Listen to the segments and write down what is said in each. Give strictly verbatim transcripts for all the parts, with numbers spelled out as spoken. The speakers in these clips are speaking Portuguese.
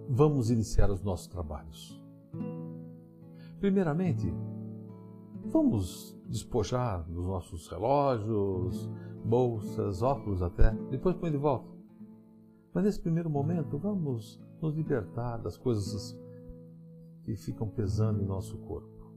vamos iniciar os nossos trabalhos. Primeiramente, vamos despojar dos nossos relógios, bolsas, óculos até, depois põe de volta. Mas nesse primeiro momento, vamos nos libertar das coisas que ficam pesando em nosso corpo.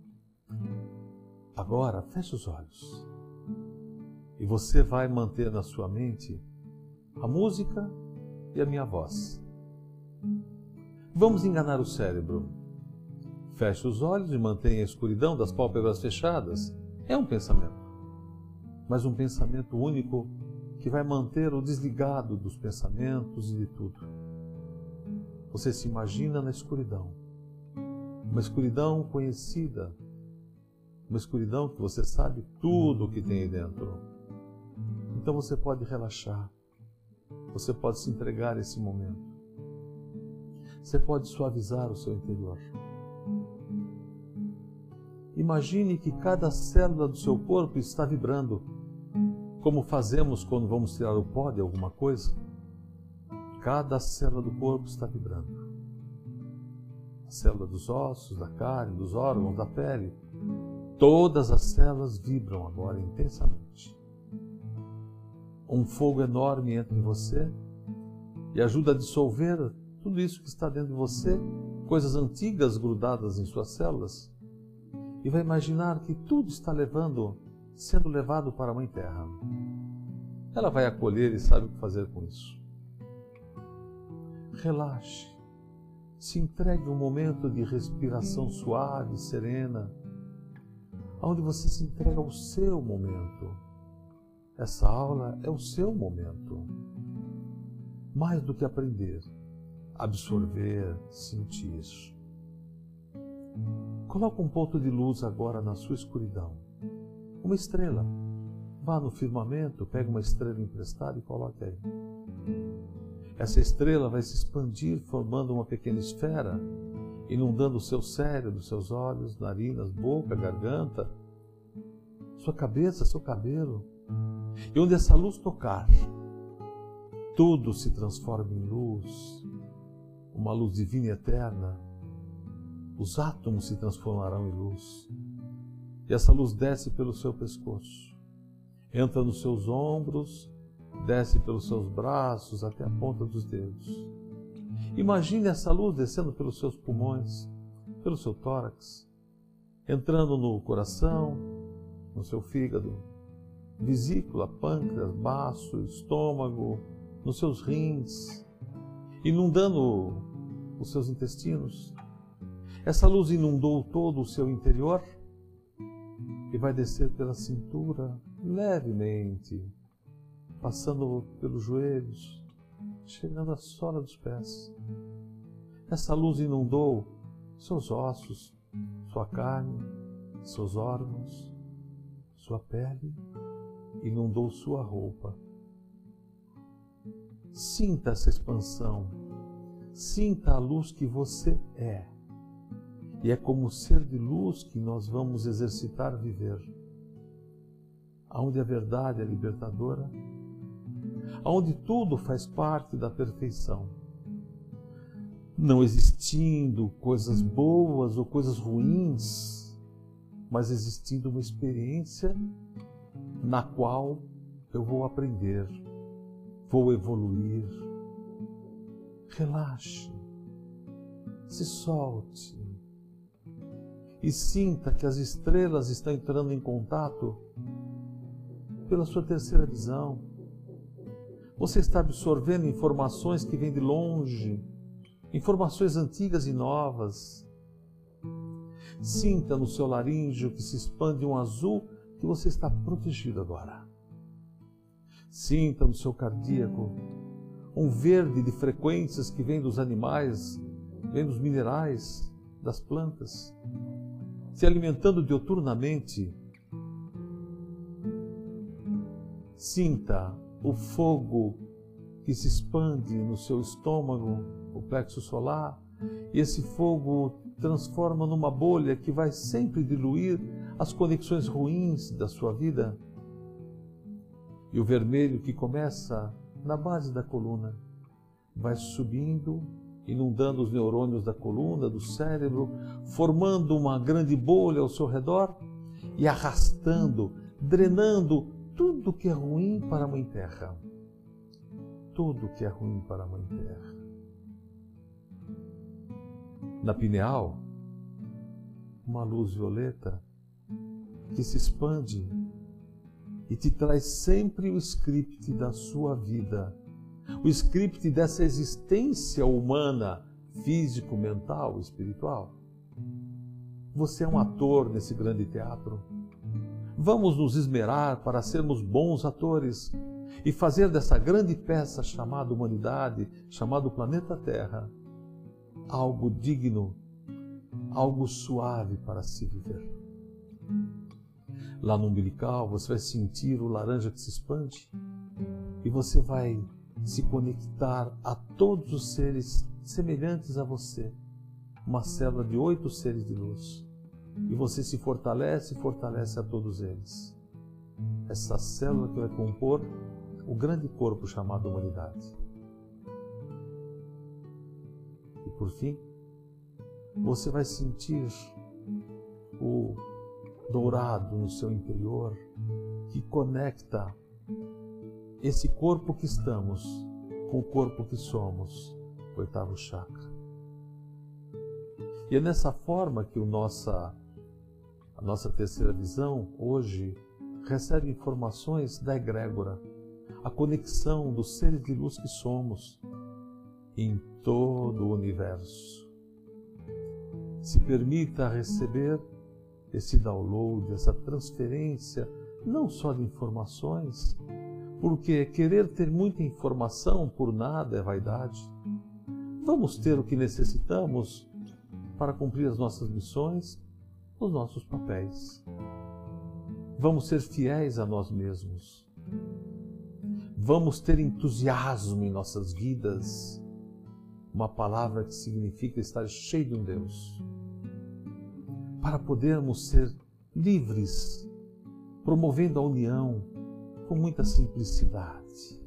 Agora, feche os olhos e você vai manter na sua mente a música e a minha voz. Vamos enganar o cérebro. Feche os olhos e mantenha a escuridão das pálpebras fechadas. É um pensamento, mas um pensamento único que vai manter-o desligado dos pensamentos e de tudo. Você se imagina na escuridão, uma escuridão conhecida, uma escuridão que você sabe tudo o que tem aí dentro. Então você pode relaxar, você pode se entregar a esse momento, você pode suavizar o seu interior. Imagine que cada célula do seu corpo está vibrando, como fazemos quando vamos tirar o pó de alguma coisa. Cada célula do corpo está vibrando. A célula dos ossos, da carne, dos órgãos, da pele. Todas as células vibram agora intensamente. Um fogo enorme entra em você e ajuda a dissolver tudo isso que está dentro de você, coisas antigas grudadas em suas células. E vai imaginar que tudo está levando, sendo levado para a Mãe Terra. Ela vai acolher e sabe o que fazer com isso. Relaxe, se entregue a um momento de respiração suave, serena, onde você se entrega ao seu momento. Essa aula é o seu momento. Mais do que aprender, absorver, sentir. Coloque um ponto de luz agora na sua escuridão. Uma estrela. Vá no firmamento, pegue uma estrela emprestada e coloque aí. Essa estrela vai se expandir, formando uma pequena esfera, inundando o seu cérebro, seus olhos, narinas, boca, garganta, sua cabeça, seu cabelo. E onde essa luz tocar, tudo se transforma em luz, uma luz divina e eterna. Os átomos se transformarão em luz. E essa luz desce pelo seu pescoço, entra nos seus ombros, desce pelos seus braços até a ponta dos dedos. Imagine essa luz descendo pelos seus pulmões, pelo seu tórax, entrando no coração, no seu fígado, vesícula, pâncreas, baço, estômago, nos seus rins, inundando os seus intestinos. Essa luz inundou todo o seu interior e vai descer pela cintura levemente, passando pelos joelhos, chegando à sola dos pés. Essa luz inundou seus ossos, sua carne, seus órgãos, sua pele, inundou sua roupa. Sinta essa expansão, sinta a luz que você é. E é como ser de luz que nós vamos exercitar viver. Onde a verdade é libertadora, onde tudo faz parte da perfeição. Não existindo coisas boas ou coisas ruins, mas existindo uma experiência na qual eu vou aprender, vou evoluir. Relaxe, se solte e sinta que as estrelas estão entrando em contato pela sua terceira visão. Você está absorvendo informações que vêm de longe, informações antigas e novas. Sinta no seu laríngeo que se expande um azul, que você está protegido agora. Sinta no seu cardíaco um verde de frequências que vem dos animais, vem dos minerais, das plantas, se alimentando dioturnamente. Sinta o fogo que se expande no seu estômago, o plexo solar, e esse fogo transforma numa bolha que vai sempre diluir as conexões ruins da sua vida. E o vermelho que começa na base da coluna vai subindo inundando os neurônios da coluna, do cérebro, formando uma grande bolha ao seu redor e arrastando, drenando tudo que é ruim para a Mãe Terra. Tudo que é ruim para a Mãe Terra. Na pineal, uma luz violeta que se expande e te traz sempre o script da sua vida, o script dessa existência humana, físico, mental, espiritual. Você é um ator nesse grande teatro. Vamos nos esmerar para sermos bons atores e fazer dessa grande peça chamada humanidade, chamado planeta Terra, algo digno, algo suave para se viver. Lá no umbilical você vai sentir o laranja que se expande e você vai se conectar a todos os seres semelhantes a você, uma célula de oito seres de luz. E você se fortalece e fortalece a todos eles. Essa célula que vai compor o grande corpo chamado humanidade. E por fim, você vai sentir o dourado no seu interior que conecta esse corpo que estamos com o corpo que somos, o oitavo chakra. E é nessa forma que o nossa, a nossa terceira visão hoje recebe informações da egrégora, a conexão dos seres de luz que somos em todo o universo. Se permita receber esse download, essa transferência, não só de informações, porque querer ter muita informação por nada é vaidade. Vamos ter o que necessitamos para cumprir as nossas missões, os nossos papéis. Vamos ser fiéis a nós mesmos. Vamos ter entusiasmo em nossas vidas, uma palavra que significa estar cheio de um Deus, para podermos ser livres, promovendo a união com muita simplicidade.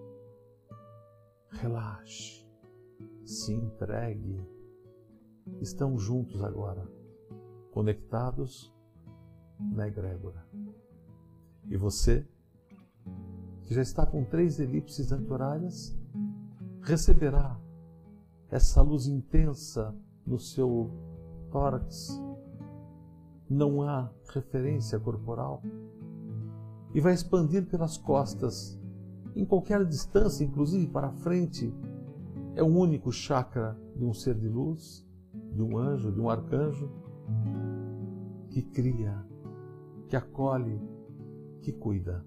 Relaxe, se entregue. Estamos juntos agora, conectados na egrégora. E você, que já está com três elipses anti-horárias, receberá essa luz intensa no seu tórax. Não há referência corporal. E vai expandir pelas costas, em qualquer distância, inclusive para frente. É um único chakra de um ser de luz, de um anjo, de um arcanjo, que cria, que acolhe, que cuida.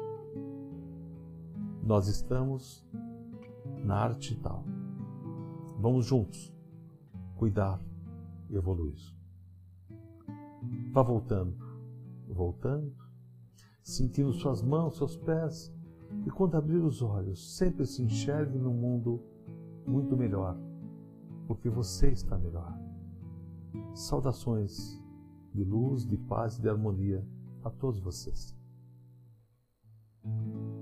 Nós estamos na arte tal. Vamos juntos cuidar e evoluir. Vá voltando, voltando, sentindo suas mãos, seus pés, e quando abrir os olhos, sempre se enxergue num mundo muito melhor, porque você está melhor. Saudações de luz, de paz e de harmonia a todos vocês.